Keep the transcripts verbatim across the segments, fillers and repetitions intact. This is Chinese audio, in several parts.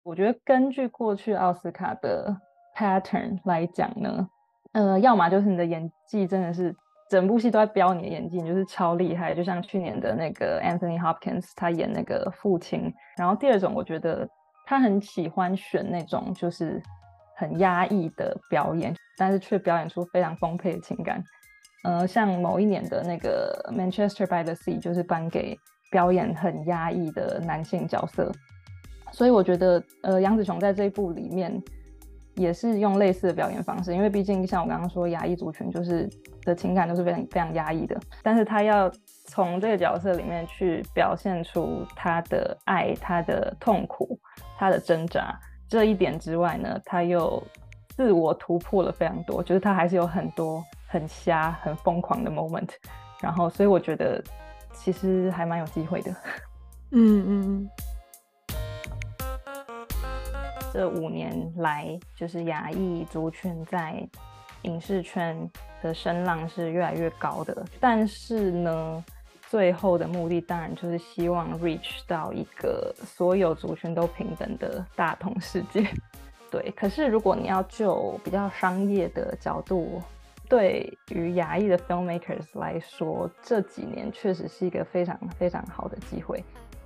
我觉得根据过去奥斯卡的 pattern 来讲呢，呃，要么就是你的演技真的是整部戏都在飙你的演技，你就是超厉害，就像去年的那个 Anthony Hopkins 他演那个父亲。然后第二种我觉得他很喜欢选那种就是很压抑的表演，但是却表演出非常丰沛的情感。呃，像某一年的那个 Manchester by the Sea 就是颁给表演很压抑的男性角色。所以我觉得呃，杨紫琼在这一部里面也是用类似的表演方式，因为毕竟像我刚刚说亚裔族群就是的情感都是非常非常压抑的，但是他要从这个角色里面去表现出他的爱、他的痛苦、他的挣扎，这一点之外呢，他又自我突破了非常多，就是他还是有很多很瞎很疯狂的 moment， 然后所以我觉得其实还蛮有机会的。 嗯嗯， 这五年来，就是亚裔族群在影视圈的声浪是越来越高的，但是呢，最后的目的当然就是希望 reach 到一个所有族群都平等的大同世界。对，可是如果你要就比较商业的角度，对于亚裔的 filmmakers 来说，这几年确实是一个非常非常好的机会。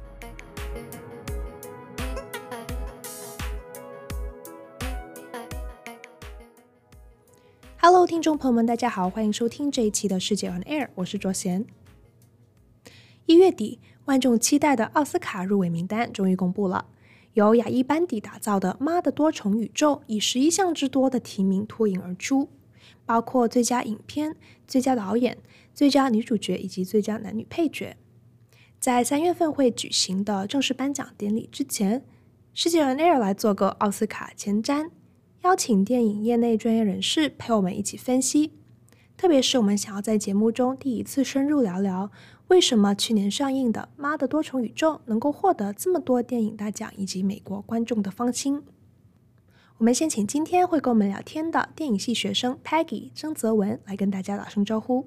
Hello， 听众朋友们，大家好，欢迎收听这一期的世界 on air， 我是卓贤。一月底，万众期待的奥斯卡入围名单终于公布了，由亚裔班底打造的《妈的多重宇宙》以十一项之多的提名脱颖而出，包括最佳影片、最佳导演、最佳女主角以及最佳男女配角。在三月份会举行的正式颁奖典礼之前，世界 on air 来做个奥斯卡前瞻，邀请电影业内专业人士陪我们一起分析，特别是我们想要在节目中第一次深入聊聊，为什么去年上映的《妈的多重宇宙》能够获得这么多电影大奖以及美国观众的芳心。我们先请今天会跟我们聊天的电影系学生 Peggy 曾泽文来跟大家打声招呼。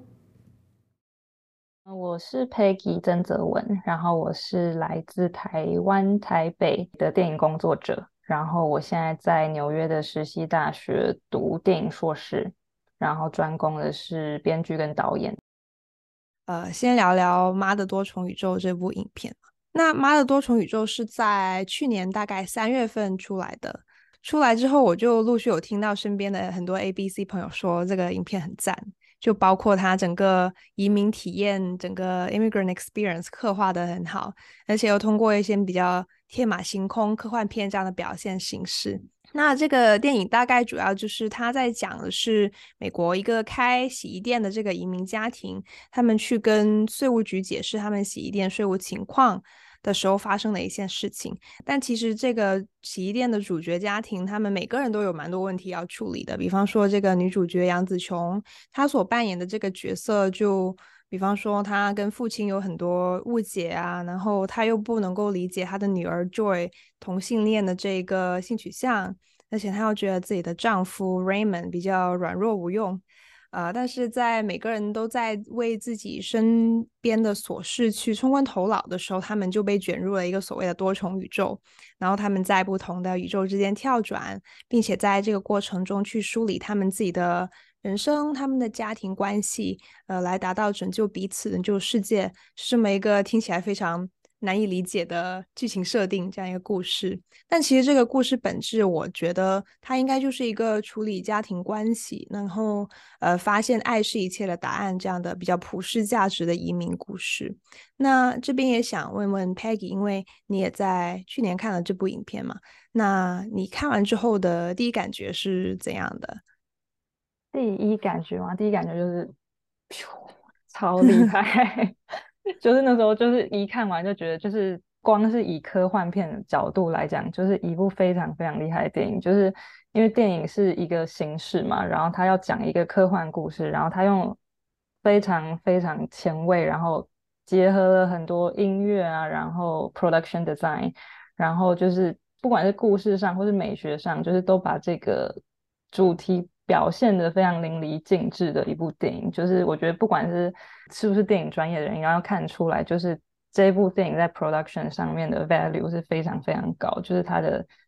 我是 Peggy 曾泽文，然后我是来自台湾台北的电影工作者，然后我现在在纽约的实习大学读电影硕士，然后专攻的是编剧跟导演。 呃，先聊聊《妈的多重宇宙》这部影片。那《妈的多重宇宙》是在去年大概三月份出来的，出来之后我就陆续有听到身边的很多 A B C 朋友说这个影片很赞，就包括它整个移民体验、整个 immigrant experience 刻画得很好，而且又通过一些比较天马行空科幻片这样的表现形式。那这个电影大概主要就是他在讲的是美国一个开洗衣店的这个移民家庭，他们去跟税务局解释他们洗衣店税务情况的时候发生的一件事情。但其实这个洗衣店的主角家庭，他们每个人都有蛮多问题要处理的。比方说这个女主角杨紫琼，她所扮演的这个角色就比方说她跟父亲有很多误解啊，然后她又不能够理解她的女儿 Joy 同性恋的这个性取向，而且她又觉得自己的丈夫 Raymond 比较软弱无用。呃，但是在每个人都在为自己身边的琐事去冲昏头脑的时候，他们就被卷入了一个所谓的多重宇宙，然后他们在不同的宇宙之间跳转，并且在这个过程中去梳理他们自己的人生、他们的家庭关系，呃，来达到拯救彼此、拯救世界，是这么一个听起来非常难以理解的剧情设定，这样一个故事。但其实这个故事本质，我觉得它应该就是一个处理家庭关系，然后呃发现爱是一切的答案这样的比较普世价值的移民故事。那这边也想问问 Peggy， 因为你也在去年看了这部影片嘛，那你看完之后的第一感觉是怎样的？ 第一感觉嘛，第一感觉就是超厉害。就是那时候就是一看完就觉得，就是光是以科幻片的角度来讲，就是一部非常非常厉害的电影。就是因为电影是一个形式嘛，然后他要讲一个科幻故事，然后他用非常非常前卫，然后结合了很多音乐啊，然后 production design，然后就是不管是故事上或是美学上，就是都把这个主题表现得非常淋漓尽致的一部电影。就是我觉得不管是是不是电影专业的人，也要看出来，就是这部电影在 production 上面的 value 是非常非常高，就是它的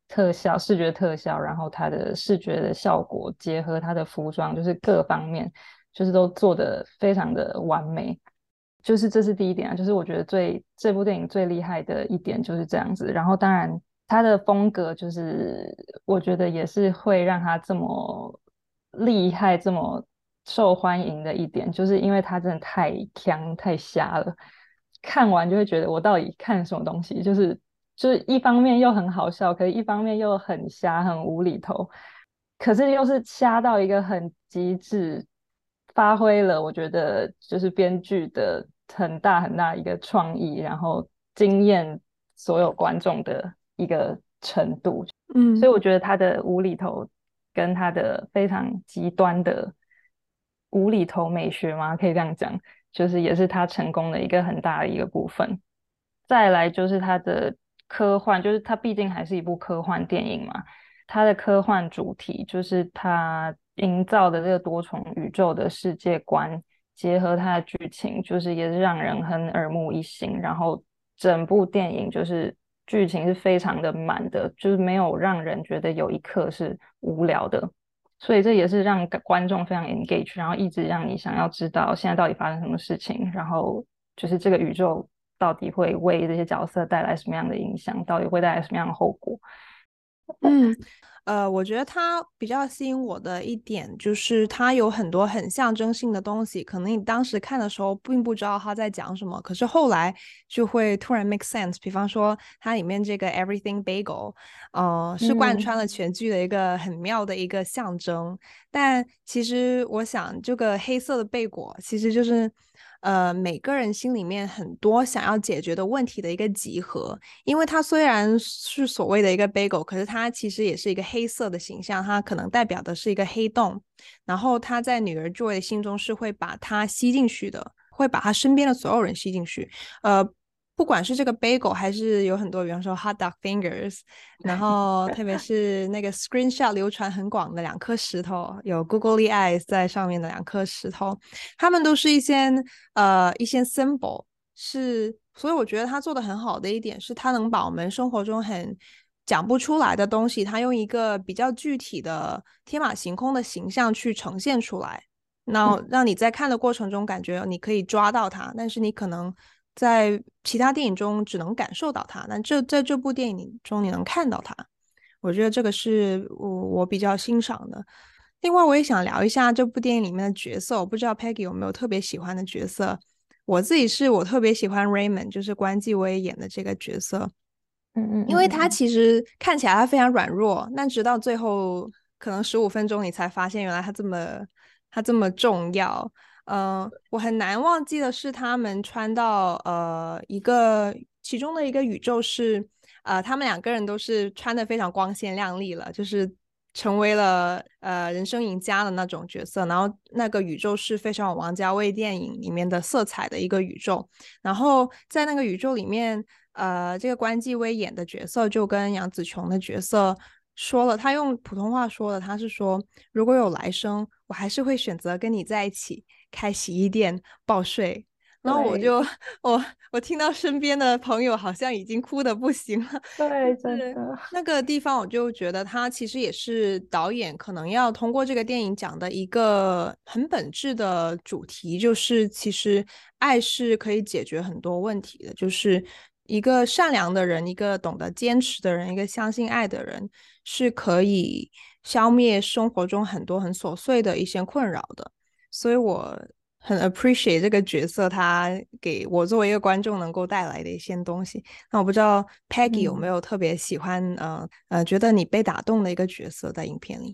特效、视觉特效，然后它的视觉的效果结合它的服装，就是各方面就是都做得非常的完美。就是这是第一点啊，就是我觉得最这部电影最厉害的一点就是这样子。然后当然它的风格就是我觉得也是会让它这么厉害、这么受欢迎的一点，就是因为它真的太强、太瞎了，看完就会觉得我到底看什么东西，就是就是一方面又很好笑，可是一方面又很瞎、很无厘头，可是又是瞎到一个很极致，发挥了我觉得就是编剧的很大很大一个创意，然后惊艳所有观众的一个程度。所嗯以我觉得他的无厘头跟他的非常极端的无厘头美学嘛，可以这样讲，就是也是他成功的一个很大的一个部分。再来就是他的科幻，就是他毕竟还是一部科幻电影嘛，他的科幻主题就是他营造的这个多重宇宙的世界观，结合他的剧情，就是也是让人很耳目一新。然后整部电影就是剧情是非常的满的，就是没有让人觉得有一刻是无聊的。所以这也是让观众非常 engage，然后一直让你想要知道现在到底发生什么事情，然后就是这个宇宙到底会为这些角色带来什么样的影响，到底会带来什么样的后果。 嗯，呃，我觉得它比较吸引我的一点就是它有很多很象征性的东西，可能你当时看的时候并不知道他在讲什么，可是后来就会突然 make sense。比方说，它里面这个 everything bagel，呃，是贯穿嗯了全剧的一个很妙的一个象征。但其实我想，这个黑色的贝果其实就是。呃，每个人心里面很多想要解决的问题的一个集合，因为它虽然是所谓的一个 bagel，可是它其实也是一个黑色的形象，它可能代表的是一个黑洞，然后它在女儿 Joy 的心中是会把它吸进去的，会把她身边的所有人吸进去。呃，不管是这个 bagel 还是有很多，比方说 hot dog fingers，然后特别是那个 screenshot 流传很广的两颗石头，有 googly eyes 在上面的两颗石头，它们都是一些呃一些 symbol。是，所以我觉得他做的很好的一点是，他能把我们生活中很讲不出来的东西，他用一个比较具体的天马行空的形象去呈现出来，那让你在看的过程中感觉你可以抓到它，但是你可能在其他电影中只能感受到它，但这在这部电影中你能看到它，我觉得这个是我我比较欣赏的。另外，我也想聊一下这部电影里面的角色，我不知道 Peggy 有没有特别喜欢的角色。我自己是我特别喜欢 Raymond，就是关继威演的这个角色， 嗯嗯因为他嗯嗯， 其实看起来他非常软弱，但直到最后可能十五分钟你才发现原来他这么他这么重要。呃，我很难忘记的是他们穿到呃一个其中的一个宇宙是呃他们两个人都是穿的非常光鲜亮丽了，就是成为了呃人生赢家的那种角色。然后那个宇宙是非常有王家卫电影里面的色彩的一个宇宙。然后在那个宇宙里面，呃，这个关继威演的角色就跟杨紫琼的角色说了，他用普通话说的，他是说，如果有来生，我还是会选择跟你在一起，开洗衣店，报税。然后我对就我我听到身边的朋友好像已经哭得不行了，就对，真是的， 那个地方，我就觉得他其实也是导演可能要通过这个电影讲的一个很本质的主题，就是其实爱是可以解决很多问题的，就是一个善良的人，一个懂得坚持的人，一个相信爱的人，是可以消灭生活中很多很琐碎的一些困扰的。所以我很 appreciate 这个角色，他给我作为一个观众能够带来的一些东西。那我不知道 Peggy 有没嗯。 有特别喜欢，呃呃，觉得你被打动的一个角色在影片里？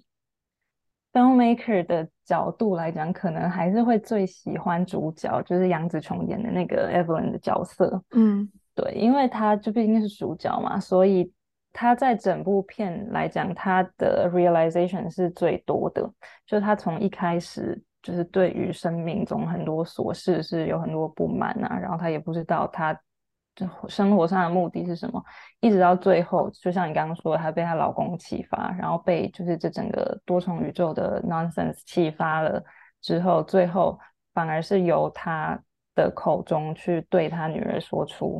filmmaker 的角度来讲，可能还是会最喜欢主角，就是杨紫琼演的那个 Evelyn 的角色。 嗯对，因为他就毕竟是主角嘛，所以他在整部片来讲，他的 realization 是最多的。就他从一开始就是对于生命中很多琐事是有很多不满啊，然后他也不知道他就生活上的目的是什么，一直到最后，就像你刚刚说的，她被她老公启发，然后被就是这整个多重宇宙的 nonsense 启发了之后，最后反而是由她的口中去对她女儿说出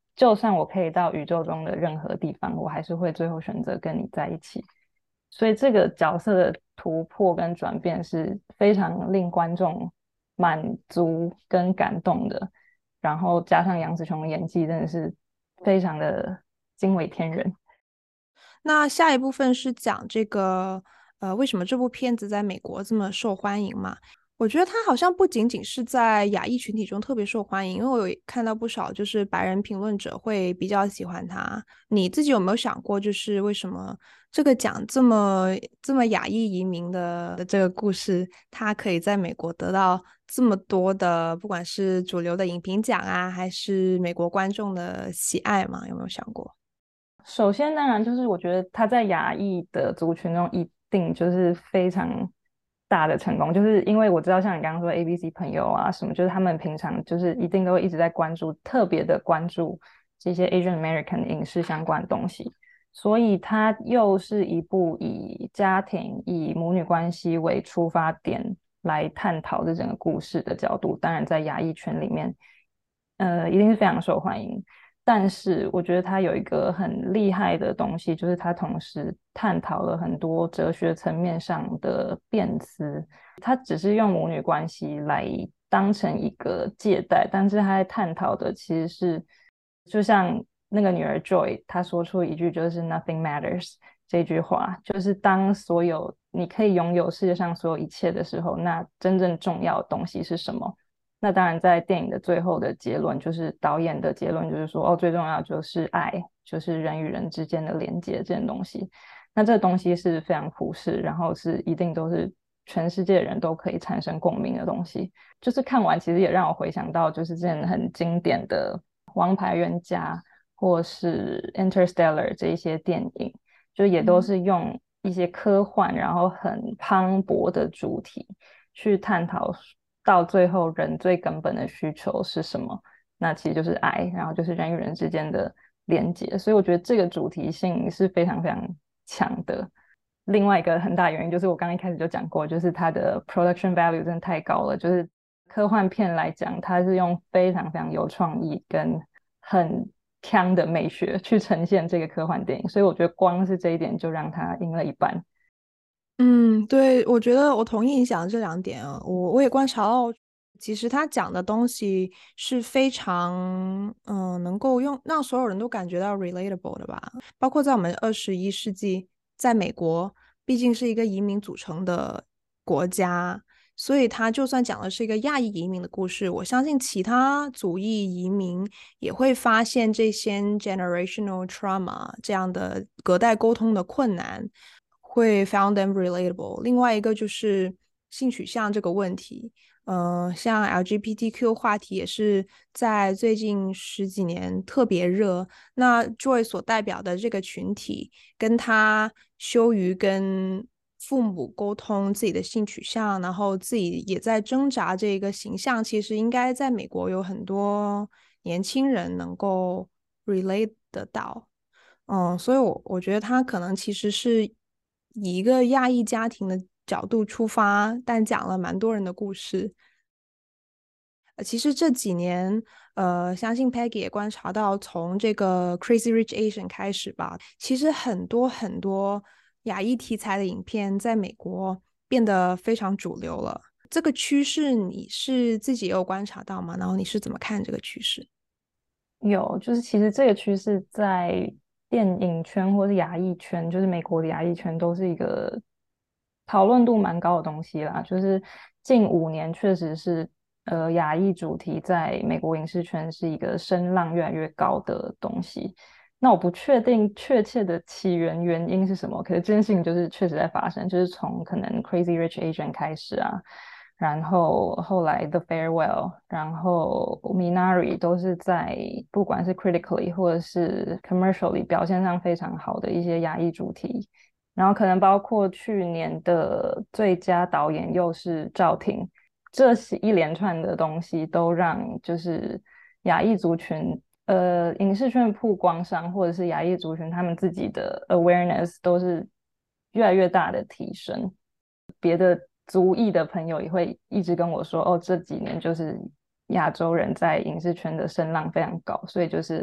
就算我可以到宇宙中的任何地方，我还是会最后选择跟你在一起。所以这个角色的突破跟转变是非常令观众满足跟感动的，然后加上杨紫琼的演技真的是非常的惊为天人。 那下一部分是讲这个，呃，为什么这部片子在美国这么受欢迎嘛？我觉得它好像不仅仅是在亚裔群体中特别受欢迎，因为我有看到不少就是白人评论者会比较喜欢它。你自己有没有想过，就是为什么这个讲这么这么亚裔移民的的这个故事，它可以在美国得到这么多的，不管是主流的影评奖啊，还是美国观众的喜爱嘛？有没有想过？ 首先，当然就是我觉得他在亚裔的族群中一定就是非常大的成功，就是因为我知道像你刚刚说 A B C 朋友啊什么，就是他们平常就是一定都会一直在关注，特别的关注这些 Asian American 影视相关的东西，所以它又是一部以家庭、以母女关系为出发点来探讨这整个故事的角度，当然在亚裔圈里面，呃，一定是非常受欢迎。但是我觉得它有一个很厉害的东西，就是它同时探讨了很多哲学层面上的辩思。它只是用母女关系来当成一个借贷，但是它在探讨的其实是，就像那个女儿 Joy 她说出一句就是 "Nothing matters" 这句话，就是当所有你可以拥有世界上所有一切的时候，那真正重要的东西是什么？那当然，在电影的最后的结论，就是导演的结论，就是说，哦，最重要就是爱，就是人与人之间的连接这件东西。那这个东西是非常普世，然后是一定都是全世界的人都可以产生共鸣的东西。就是看完，其实也让我回想到，就是之前很经典的《王牌冤家》或是《Interstellar》这一些电影，就也都是用一些科幻，然后很磅礴的主题去探讨。到最后人最根本的需求是什么？那其实就是爱，然后就是人与人之间的连接。所以我觉得这个主题性是非常非常强的。另外一个很大原因就是我刚刚一开始就讲过，就是它的 production value 真的太高了。就是科幻片来讲，它是用非常非常有创意跟很强的美学去呈现这个科幻电影，所以我觉得光是这一点就让它赢了一半。 嗯，对，我觉得我同意你讲的这两点啊，我我也观察到，其实他讲的东西是非常，嗯、能够用让所有人都感觉到 relatable 的吧。包括在我们二十一世纪，在美国，毕竟是一个移民组成的国家，所以他就算讲的是一个亚裔移民的故事，我相信其他族裔移民也会发现这些 generational trauma 这样的隔代沟通的困难。会 found them relatable。另外一个就是性取向这个问题，呃，像 L G B T Q 话题也是在最近十几年特别热。那 Joy 所代表的这个群体，跟他羞于跟父母沟通自己的性取向，然后自己也在挣扎这个形象，其实应该在美国有很多年轻人能够 relate 得到。嗯，所以我我觉得他可能其实是以一个亚裔家庭的角度出发，但讲了蛮多人的故事。呃其实这几年，呃，相信 Peggy 也观察到，从这个《Crazy Rich Asian》开始吧，其实很多很多亚裔题材的影片在美国变得非常主流了。这个趋势你是自己也有观察到吗？然后你是怎么看这个趋势？ 有，就是其实这个趋势在电影圈或是亚裔圈，就是美国的亚裔圈，都是一个讨论度蛮高的东西啦。就是近五年确实是，呃，亚裔主题在美国影视圈是一个声浪越来越高的东西。那我不确定确切的起源原因是什么，可是这件事情就是确实在发生，就是从可能《Crazy Rich Asian》开始啊。然后后来《The Farewell》，然后《Minari》都是在不管是 critically 或者是 commercially 表现上非常好的一些亚裔主题。然后可能包括去年的最佳导演又是赵婷，这是一连串的东西都让就是亚裔族群呃影视圈的曝光上，或者是亚裔族群他们自己的 awareness 都是越来越大的提升。别的族裔的朋友也会一直跟我说，哦，这几年就是亚洲人在影视圈的声浪非常高，所以就是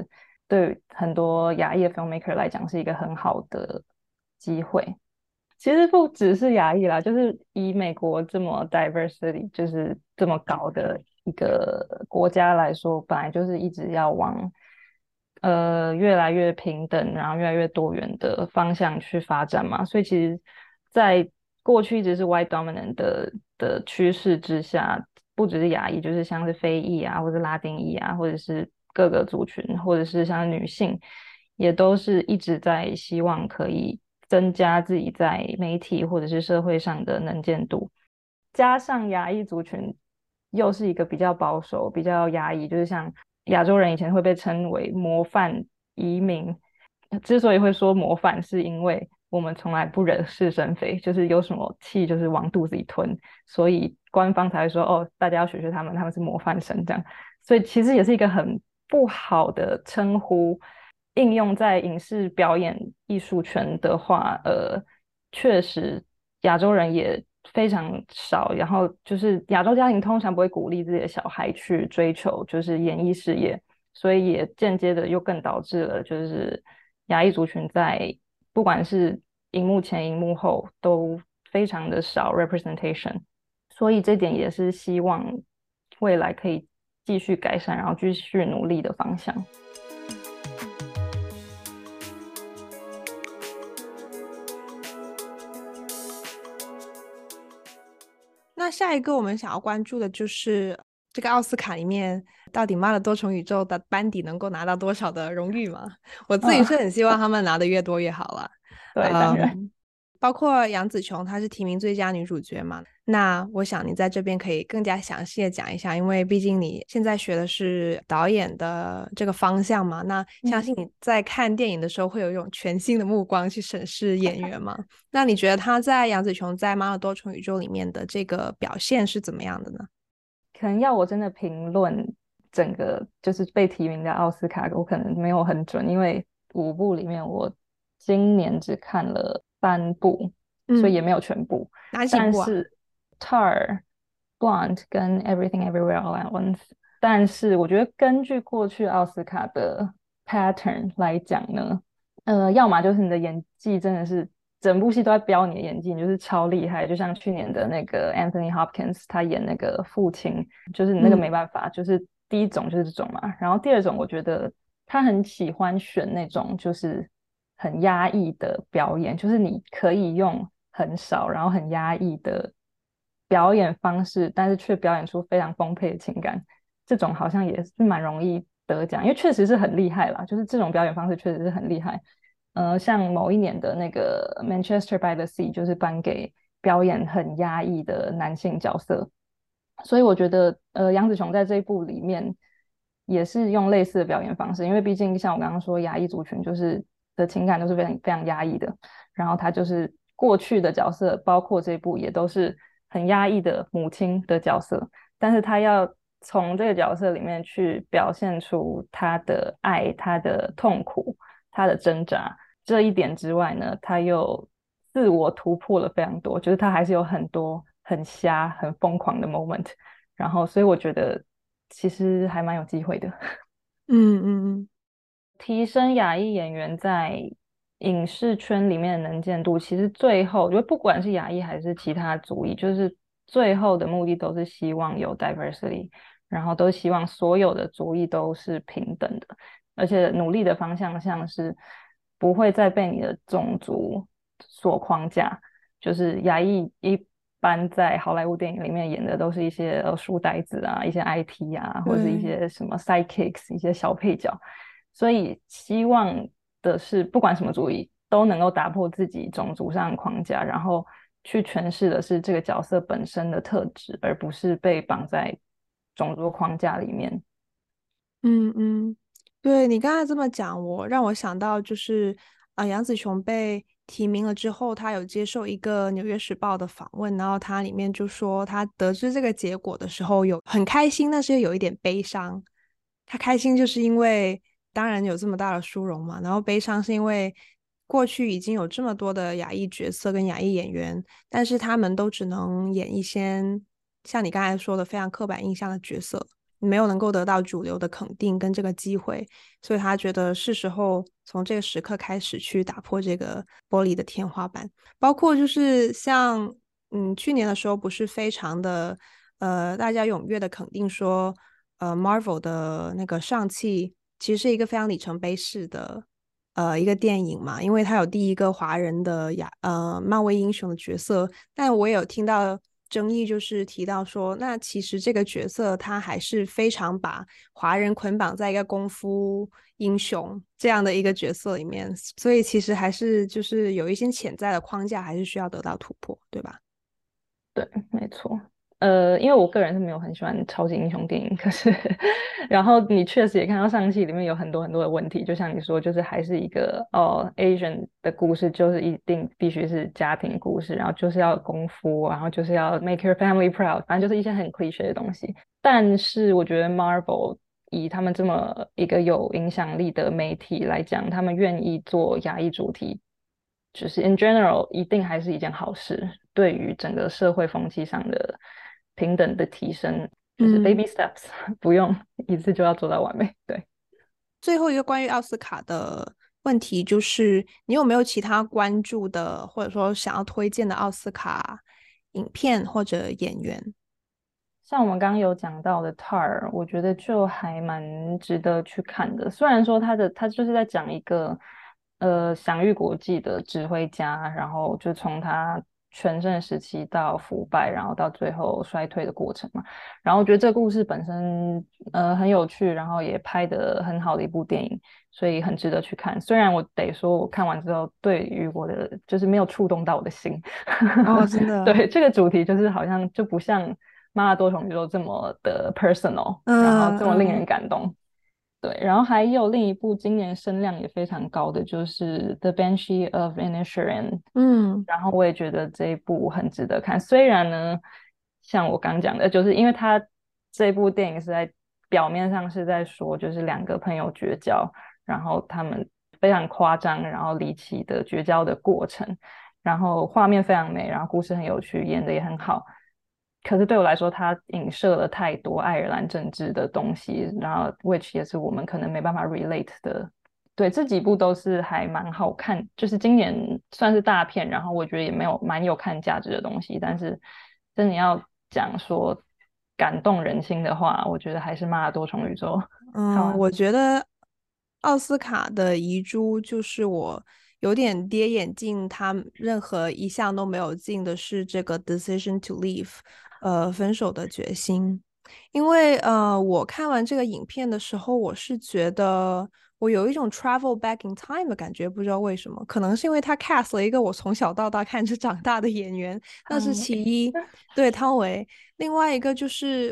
对很多亚裔的 filmmaker 来讲是一个很好的机会。其实不只是亚裔啦，就是以美国这么 diversity 就是这么高的一个国家来说，本来就是一直要往呃越来越平等，然后越来越多元的方向去发展嘛。所以其实，在过去一直是 white dominant 的的趋势之下，不只是亚裔，就是像是非裔啊，或者拉丁裔啊，或者是各个族群，或者是像女性，也都是一直在希望可以增加自己在媒体或者是社会上的能见度。加上亚裔族群又是一个比较保守、比较压抑，就是像亚洲人以前会被称为模范移民。之所以会说模范，是因为我们从来不惹是生非，就是有什么气就是往肚子里吞，所以官方才会说哦，大家要学学他们，他们是模范生这样。所以其实也是一个很不好的称呼。应用在影视表演艺术圈的话，呃，确实亚洲人也非常少，然后就是亚洲家庭通常不会鼓励自己的小孩去追求就是演艺事业，所以也间接的又更导致了就是亚裔族群在不管是荧幕前荧幕后都非常的少 representation，所以这点也是希望未来可以继续改善，然后继续努力的方向。 那下一个我们想要关注的就是这个奥斯卡里面到底妈的多重宇宙的班底能够拿到多少的荣誉嘛？我自己是很希望他们拿的越多越好了。 对，当然。 嗯，包括杨紫琼，她是提名最佳女主角嘛。那我想你在这边可以更加详细的讲一下，因为毕竟你现在学的是导演的这个方向嘛。那相信你在看电影的时候会有一种全新的目光去审视演员嘛。那你觉得她在杨紫琼在《妈的多重宇宙》里面的这个表现是怎么样的呢？ 可能要我真的评论整个就是被提名的奥斯卡，我可能没有很准，因为五部里面我今年只看了三部，所以也嗯， 没有全部。 哪几部啊？ 但是《Tar》、《Blonde》跟《Everything Everywhere All at Once》，但是我觉得根据过去奥斯卡的 pattern 来讲呢，呃，要么就是你的演技真的是整部戏都在飙你的演技，你就是超厉害，就像去年的那个 Anthony Hopkins，他演那个父亲，就是你那个没嗯办法，就是第一种就是这种嘛。然后第二种，我觉得他很喜欢选那种就是很压抑的表演，就是你可以用很少，然后很压抑的表演方式，但是却表演出非常丰沛的情感。这种好像也是蛮容易得奖，因为确实是很厉害啦，就是这种表演方式确实是很厉害。呃，像某一年的那个 Manchester by the Sea 就是颁给表演很压抑的男性角色，所以我觉得呃杨紫琼在这一部里面也是用类似的表演方式，因为毕竟像我刚刚说亚裔族群就是的情感都是非常非常压抑的，然后他就是过去的角色，包括这一部也都是很压抑的母亲的角色，但是他要从这个角色里面去表现出他的爱、他的痛苦、他的挣扎。这一点之外呢，他又自我突破了非常多，就是他还是有很多很瞎、很疯狂的 moment。然后，所以我觉得其实还蛮有机会的。 嗯嗯提升亚裔演员在影视圈里面的能见度，其实最后我觉得不管是亚裔还是其他族裔，就是最后的目的都是希望有 diversity，然后都希望所有的族裔都是平等的，而且努力的方向像是不会再被你的种族所框架，就是亚裔一般在好莱坞电影里面演的都是一些呃书呆子啊，一些 I T 啊，或者是一对。 些什么 sidekicks，一些小配角。所以希望的是，不管什么族裔都能够打破自己种族上的框架，然后去诠释的是这个角色本身的特质，而不是被绑在种族框架里面。 嗯嗯，对你刚才这么讲，我让我想到就是啊、呃杨紫琼被提名了之后，她有接受一个《纽约时报》的访问，然后她里面就说，她得知这个结果的时候有很开心，但是又有一点悲伤。她开心就是因为当然有这么大的殊荣嘛，然后悲伤是因为过去已经有这么多的亚裔角色跟亚裔演员，但是他们都只能演一些像你刚才说的非常刻板印象的角色。 没有能够得到主流的肯定跟这个机会，所以他觉得是时候从这个时刻开始去打破这个玻璃的天花板。包括就是像嗯去年的时候不是非常的呃大家踊跃的肯定说呃 Marvel 的那个上汽其实是一个非常里程碑式的呃一个电影嘛，因为它有第一个华人的亚呃漫威英雄的角色，但我也有听到争议，就是提到说，那其实这个角色他还是非常把华人捆绑在一个功夫英雄这样的一个角色里面，所以其实还是就是有一些潜在的框架还是需要得到突破，对吧？ 对，没错。呃，因为我个人是没有很喜欢超级英雄电影，可是，然后你确实也看到上戏里面有很多很多的问题，就像你说，就是还是一个哦，Asian 的故事，就是一定必须是家庭故事，然后就是要功夫，然后就是要 make your family proud，反正就是一些很 cliche 的东西。但是我觉得 Marvel 以他们这么一个有影响力的媒体来讲，他们愿意做亚裔主题，就是 in general 一定还是一件好事，对于整个社会风气上的平等的提升，就是嗯， baby steps，不用一次就要做到完美。对。 最后一个关于奥斯卡的问题就是，你有没有其他关注的，或者说想要推荐的奥斯卡影片或者演员？ 像我们刚刚有讲到的 Tar，我觉得就还蛮值得去看的。虽然说他的他就是在讲一个呃享誉国际的指挥家，然后就从他全盛时期到腐败，然后到最后衰退的过程嘛。然后我觉得这个故事本身呃很有趣，然后也拍得很好的一部电影，所以很值得去看。虽然我得说，我看完之后，对于我的就是没有触动到我的心。 哦，真的， 对，这个主题就是好像就不像《妈的多重宇宙》这么的 personal，然后嗯嗯这么令人感动。对，然后还有另一部今年声量也非常高的，就是《The Banshee of Inisherin》， 嗯然后我也觉得这一部很值得看。虽然呢，像我刚讲的，就是因为它这部电影是在表面上是在说，就是两个朋友绝交，然后他们非常夸张，然后离奇的绝交的过程，然后画面非常美，然后故事很有趣，演的也很好。可是对我来说，它影射了太多爱尔兰政治的东西，然后 which 也是我们可能没办法 relate 的。对，这几部都是还蛮好看，就是今年算是大片，然后我觉得也没有蛮有看价值的东西。但是真的要讲说感动人心的话，我觉得还是《妈的多重宇宙》。看嗯， 完。 我觉得奥斯卡的遗珠就是我有点跌眼镜，他任何一项都没有进的是这个《Decision to Leave》，呃，分手的决心。因为呃，我看完这个影片的时候，我是觉得我有一种 travel back in time 的感觉，不知道为什么，可能是因为他 cast 了一个我从小到大看着长大的演员，那是汤唯。 其一。对，汤唯。另外一个就是，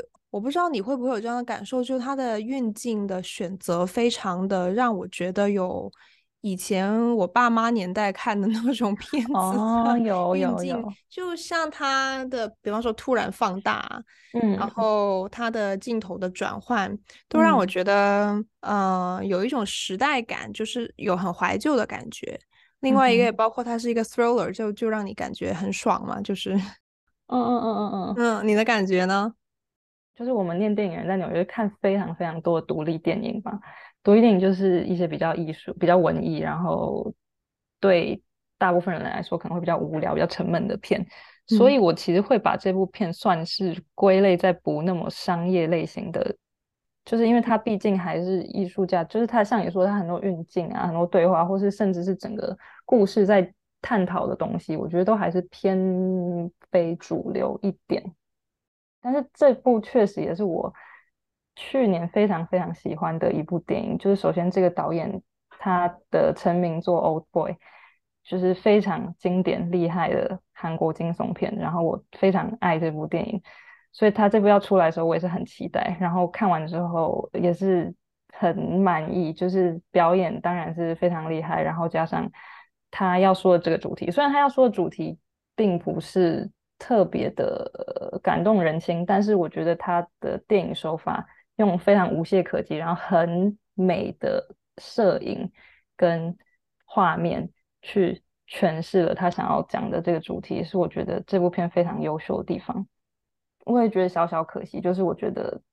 我不知道你会不会有这样的感受，就是他的运镜的选择非常的让我觉得有以前我爸妈年代看的那种片子哦， 的有运镜， 有有。 就像他的，比方说突然放大，然嗯后他的镜头的转换，都让我嗯觉得，呃，有一种时代感，就是有很怀旧的感觉。另外一个也嗯哼。 包括它是一个 thriller，就就让你感觉很爽嘛，就是， 嗯嗯嗯嗯嗯。 嗯，你的感觉呢？ 就是我们念电影人在纽约看非常非常多的独立电影吧。独立电影就是一些比较艺术、比较文艺，然后对大部分人来说可能会比较无聊、比较沉闷的片。所嗯。 以我其实会把这部片算是归类在不那么商业类型的，就是因为它毕竟还是艺术家，就是它像你说，它很多运镜啊、很多对话，或是甚至是整个故事在探讨的东西，我觉得都还是偏非主流一点。但是这部确实也是我去年非常非常喜欢的一部电影。就是首先这个导演他的成名作《Old Boy》就是非常经典厉害的韩国惊悚片，然后我非常爱这部电影，所以他这部要出来的时候我也是很期待。然后看完之后也是很满意，就是表演当然是非常厉害，然后加上他要说的这个主题，虽然他要说的主题并不是特别的呃感动人心，但是我觉得他的电影手法用非常无懈可击，然后很美的摄影跟画面去诠释了他想要讲的这个主题，是我觉得这部片非常优秀的地方。我也觉得小小可惜，就是我觉得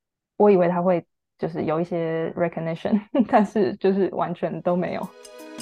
我以为他会就是有一些 recognition 但是就是完全都没有。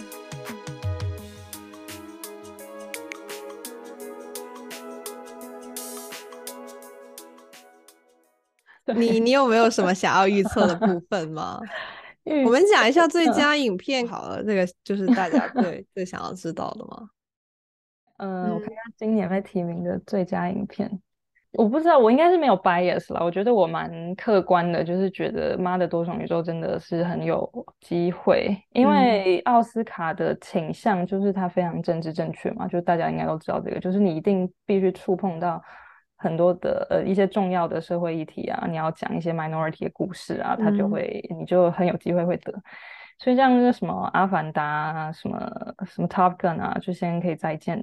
你你有没有什么想要预测的部分吗？我们讲一下最佳影片好了，这个就是大家最最想要知道的吗？ 嗯，我看嗯看今年被提名的最佳影片，我不知道，我应该是没有 bias 啦。我觉得我蛮客观的，就是觉得《妈的多重宇宙》真的是很有机会，因嗯为奥斯卡的倾向就是它非常政治正确嘛，就大家应该都知道这个，就是你一定必须触碰到很多的呃一些重要的社会议题啊，你要讲一些 minority 的故事啊，它就嗯， 会你就很有机会会得。所以像那个什么《阿凡达》啊，什么什么《Top Gun》啊，就先可以再见。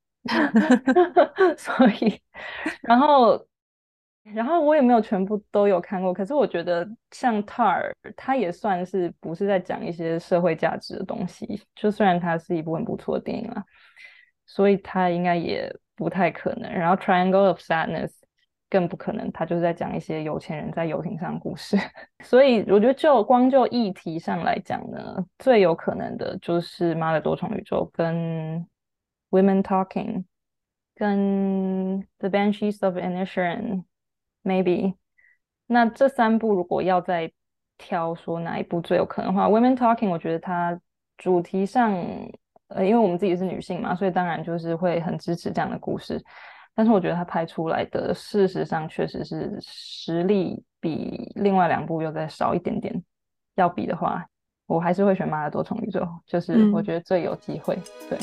所以，然后，然后我也没有全部都有看过，可是我觉得像 Tar，它也算是不是在讲一些社会价值的东西，就虽然它是一部很不错的电影啦，所以它应该也不太可能。然后 Triangle of Sadness 更不可能，它就是在讲一些有钱人在游艇上的故事。所以我觉得就光就议题上来讲呢，最有可能的就是《妈的多重宇宙》跟《Women Talking》跟《The Banshees of Inisherin》maybe。那这三部如果要再挑说哪一部最有可能的话，《Women Talking》我觉得它主题上，呃，因为我们自己是女性嘛，所以当然就是会很支持这样的故事。但是我觉得他拍出来的，事实上确实是实力比另外两部又再少一点点。要比的话，我还是会选《妈的多重宇宙》，就是我嗯。 觉得最有机会。对，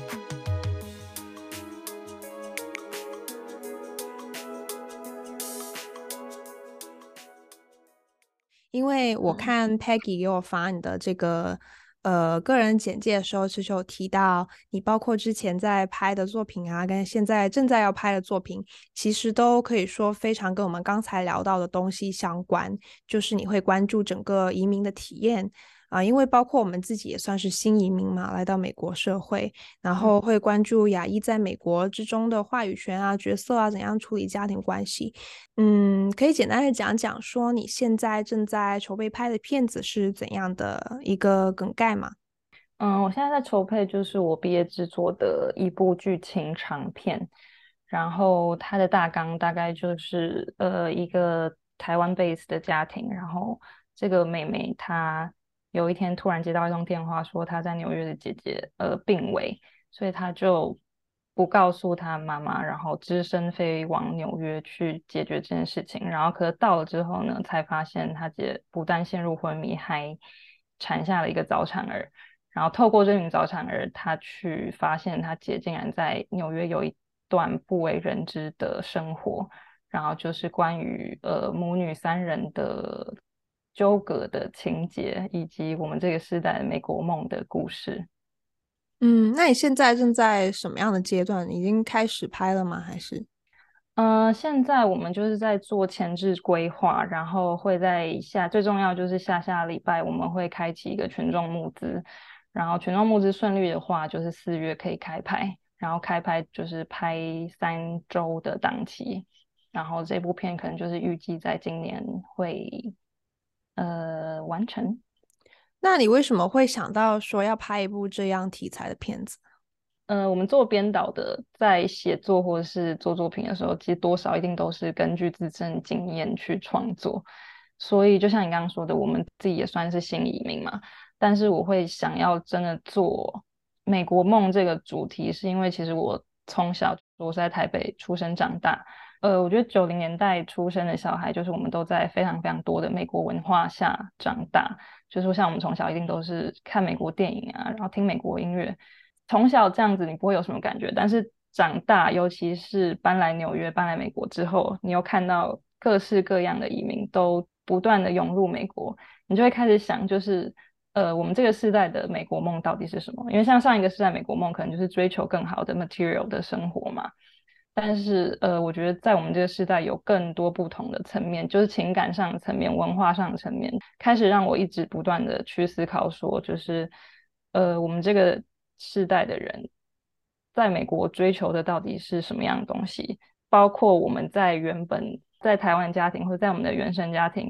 因为我嗯看 Peggy 给我发你的这个呃个人简介的时候，其实有提到你包括之前在拍的作品啊，跟现在正在要拍的作品，其实都可以说非常跟我们刚才聊到的东西相关，就是你会关注整个移民的体验。啊，因为包括我们自己也算是新移民嘛，来到美国社会，然嗯。 后会关注亚裔在美国之中的话语权啊、角色啊，怎样处理家庭关系。嗯，可以简单的讲讲说你现在正在筹备拍的片子是怎样的一个梗概吗？ 嗯，我现在在筹备，就是我毕业制作的一部剧情长片，然后它的大纲大概就是呃一个台湾 base 的家庭，然后这个妹妹她有一天突然接到一通电话，说她在纽约的姐姐呃病危，所以她就不告诉她妈妈，然后只身飞往纽约去解决这件事情，然后可是到了之后呢，才发现她姐不但陷入昏迷，还产下了一个早产儿。然后透过这名早产儿，他去发现他姐竟然在纽约有一段不为人知的生活，然后就是关于呃母女三人的纠葛的情节，以及我们这个时代的美国梦的故事。 嗯，那你现在正在什么样的阶段？已经开始拍了吗？还是？ 呃，现在我们就是在做前置规划，然后会在下，最重要就是下下礼拜我们会开启一个群众募资，然后群众募资顺利的话，就是四月可以开拍，然后开拍就是拍三周的档期，然后这部片可能就是预计在今年会呃完成。 那你为什么会想到说要拍一部这样题材的片子？ 呃，我们做编导的，在写作或是做作品的时候，其实多少一定都是根据自身经验去创作。所以，就像你刚刚说的，我们自己也算是新移民嘛。但是，我会想要真的做美国梦这个主题，是因为其实我从小我是在台北出生长大。呃，我觉得九零年代出生的小孩，就是我们都在非常非常多的美国文化下长大。就是说，像我们从小一定都是看美国电影啊，然后听美国音乐。从小这样子你不会有什么感觉，但是长大，尤其是搬来纽约、搬来美国之后，你又看到各式各样的移民都不断的涌入美国，你就会开始想，就是呃，我们这个世代的美国梦到底是什么？因为像上一个世代美国梦可能就是追求更好的 material 的生活嘛，但是呃，我觉得在我们这个时代有更多不同的层面，就是情感上的层面、文化上的层面，开始让我一直不断的去思考说，就是呃，我们这个世代的人在美国追求的到底是什么样的东西？包括我们在原本在台湾家庭或者在我们的原生家庭，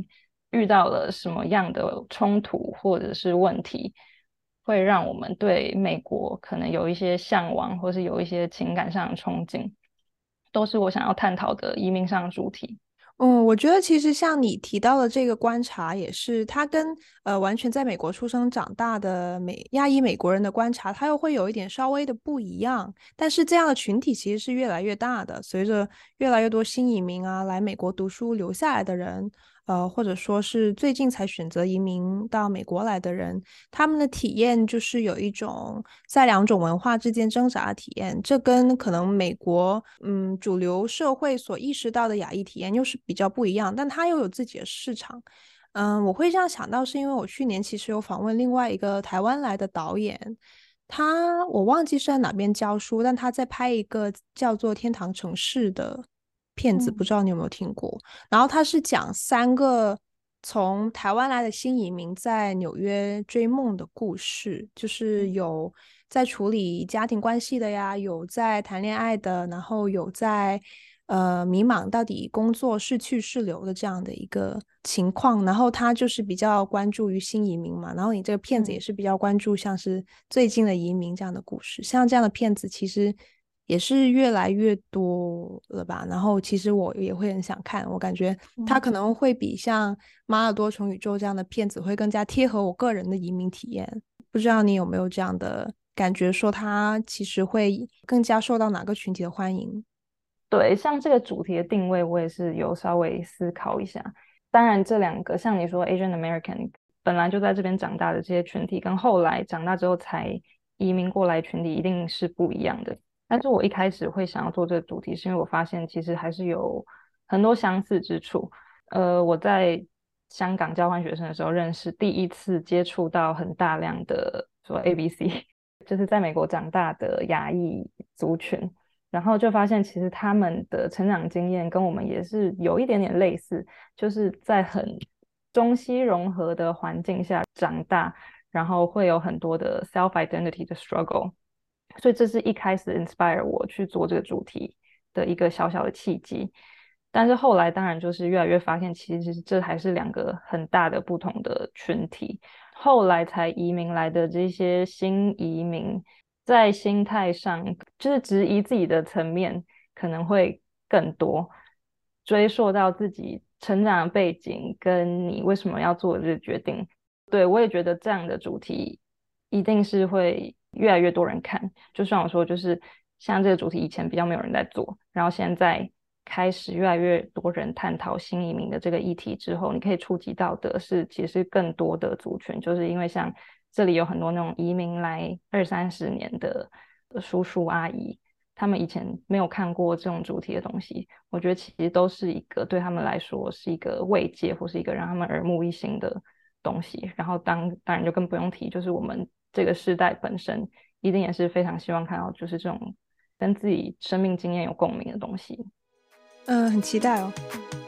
遇到了什么样的冲突或者是问题，会让我们对美国可能有一些向往，或是有一些情感上的憧憬，都是我想要探讨的移民上的主题。 嗯，我觉得其实像你提到的这个观察，也是他跟呃完全在美国出生长大的美亚裔美国人的观察，他又会有一点稍微的不一样。但是这样的群体其实是越来越大的，随着越来越多新移民啊来美国读书留下来的人，呃，或者说是最近才选择移民到美国来的人，他们的体验就是有一种在两种文化之间挣扎的体验，这跟可能美国嗯主流社会所意识到的亚裔体验又是比较不一样，但它又有自己的市场。嗯，我会这样想到，是因为我去年其实有访问另外一个台湾来的导演，他我忘记是在哪边教书，但他在拍一个叫做《天堂城市》的片子，不嗯知道你有没有听过？然后他是讲三个从台湾来的新移民在纽约追梦的故事，就是有在处理家庭关系的呀，有在谈恋爱的，然后有在呃迷茫到底工作是去是留的这样的一个情况。然后他就是比较关注于新移民嘛，然后你这个片子也嗯。 是比较关注像是最近的移民这样的故事，像这样的片子其实也是越来越多了吧。然后其实我也会很想看，我感觉它嗯可能会比像《妈的多重宇宙》这样的片子会更加贴合我个人的移民体验。不知道你有没有这样的感觉，说它其实会更加受到哪个群体的欢迎？ 对，像这个主题的定位，我也是有稍微思考一下。当然，这两个像你说 Asian American 本来就在这边长大的这些群体，跟后来长大之后才移民过来群体一定是不一样的。但是我一开始会想要做这个主题，是因为我发现其实还是有很多相似之处。呃，我在香港交换学生的时候，认识第一次接触到很大量的说 A B C，就是在美国长大的亚裔族群。然后就发现其实他们的成长经验跟我们也是有一点点类似，就是在很中西融合的环境下长大，然后会有很多的 self identity 的 struggle，所以这是一开始 inspire 我去做这个主题的一个小小的契机。但是后来当然就是越来越发现，其实这还是两个很大的不同的群体。后来才移民来的这些新移民，在心态上就是质疑自己的层面可能会更多，追溯到自己成长的背景跟你为什么要做这个决定。对，我也觉得这样的主题一定是会越来越多人看。就像我说，就是像这个主题以前比较没有人在做，然后现在开始越来越多人探讨新移民的这个议题之后，你可以触及到的是其实更多的族群，就是因为像这里有很多那种移民来二三十年的叔叔阿姨，他们以前没有看过这种主题的东西，我觉得其实都是一个对他们来说是一个慰藉，或是一个让他们耳目一新的东西。然后当当然就更不用提，就是我们这个时代本身一定也是非常希望看到就是这种跟自己生命经验有共鸣的东西。 嗯，很期待哦。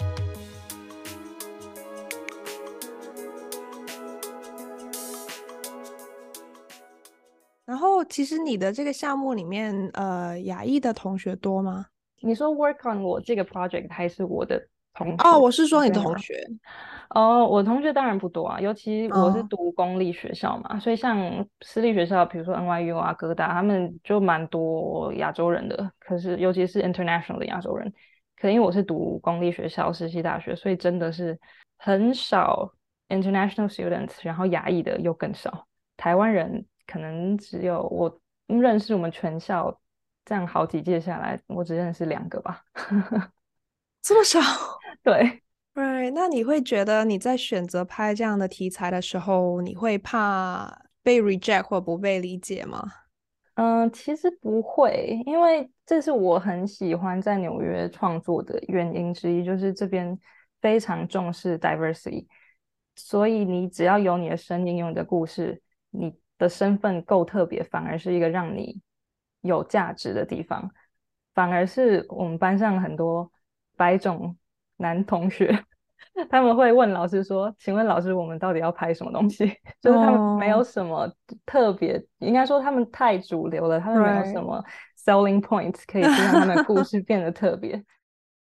然后，其实你的这个项目里面，呃，亚裔的同学多吗？ 你说 work on 我这个 project 还是我的同哦， 学？ 我是说你对吗？ 同学。 哦，我同学当然不多啊，尤其我是哦读公立学校嘛，所以像私立学校，比如说 N Y U 啊、哥大，他们就蛮多亚洲人的。可是尤其是 international 的亚洲人，可能因为我是读公立学校、实习大学，所以真的是很少 international students，然后亚裔的又更少。台湾人可能只有我认识我们全校这样好几届下来，我只认识两个吧。 这么少。 对。 对，那你会觉得你在选择拍这样的题材的时候，你会怕被 reject 或不被理解吗？ 嗯，其实不会，因为这是我很喜欢在纽约创作的原因之一，就是这边非常重视 diversity，所以你只要有你的声音，有你的故事，你的身份够特别，反而是一个让你有价值的地方。反而是我们班上很多白种男同学，他们会问老师说：“请问老师，我们到底要拍什么东西？”就是他们没有哦什么特别，应该说他们太主流了，他们没有什 ，right。 么 selling points 可以去让他们的故事变得特别。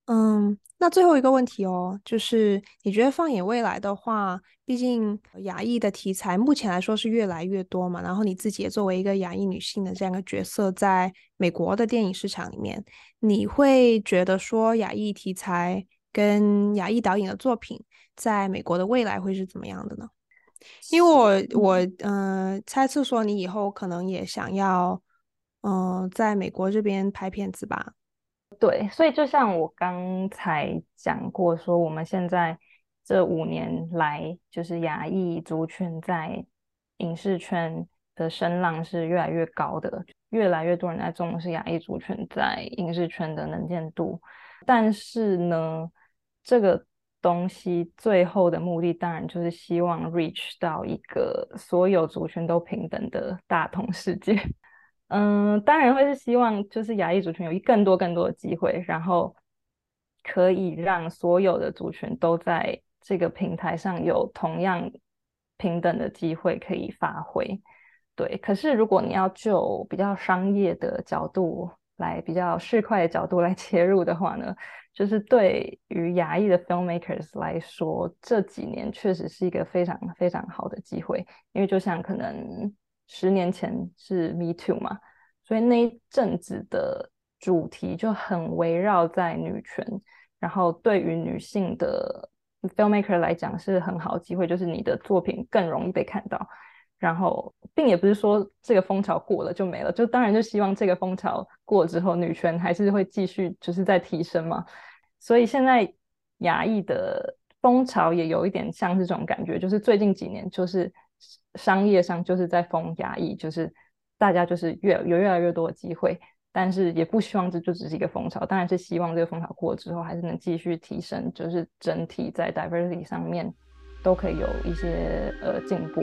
嗯，那最后一个问题哦，就是你觉得放眼未来的话，毕竟亚裔的题材目前来说是越来越多嘛，然后你自己也作为一个亚裔女性的这样一个角色，在美国的电影市场里面，你会觉得说亚裔题材跟亚裔导演的作品在美国的未来会是怎么样的呢？因为我我嗯， 嗯、呃猜测说你以后可能也想要嗯、呃在美国这边拍片子吧。 对，所以就像我刚才讲过，说我们现在这五年来，就是亚裔族群在影视圈的声浪是越来越高的，越来越多人在重视亚裔族群在影视圈的能见度。但是呢，这个东西最后的目的当然就是希望 reach 到一个所有族群都平等的大同世界。嗯，当然会是希望就是亚裔族群有更多更多的机会，然后可以让所有的族群都在这个平台上有同样平等的机会可以发挥。对，可是如果你要就比较商业的角度来，比较市侩的角度来切入的话呢，就是对于亚裔的 filmmakers 来说，这几年确实是一个非常非常好的机会。因为就像可能十年前是 Me Too 嘛，所以那一阵子的主题就很围绕在女权，然后对于女性的 filmmaker 来讲是很好的机会，就是你的作品更容易被看到。然后，并也不是说这个风潮过了就没了，就当然就希望这个风潮过了之后，女权还是会继续就是在提升嘛。所以现在亚裔的风潮也有一点像是这种感觉，就是最近几年就是商业上就是在封亚裔，就是大家就是越有越来越多的机会，但是也不希望这就只是一个风潮，当然是希望这个风潮过了之后还是能继续提升，就是整体在 diversity 上面都可以有一些呃进步。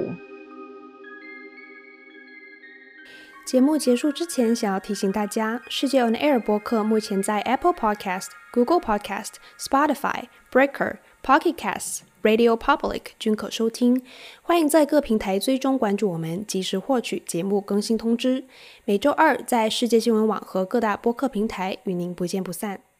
节目结束之前，想要提醒大家，世界 On Air 播客目前在 Apple Podcast、Google Podcast、Spotify、Breaker、Pocket Casts、Radio Public 均可收听。欢迎在各平台追踪关注我们，及时获取节目更新通知。每周二在世界新闻网和各大播客平台与您不见不散。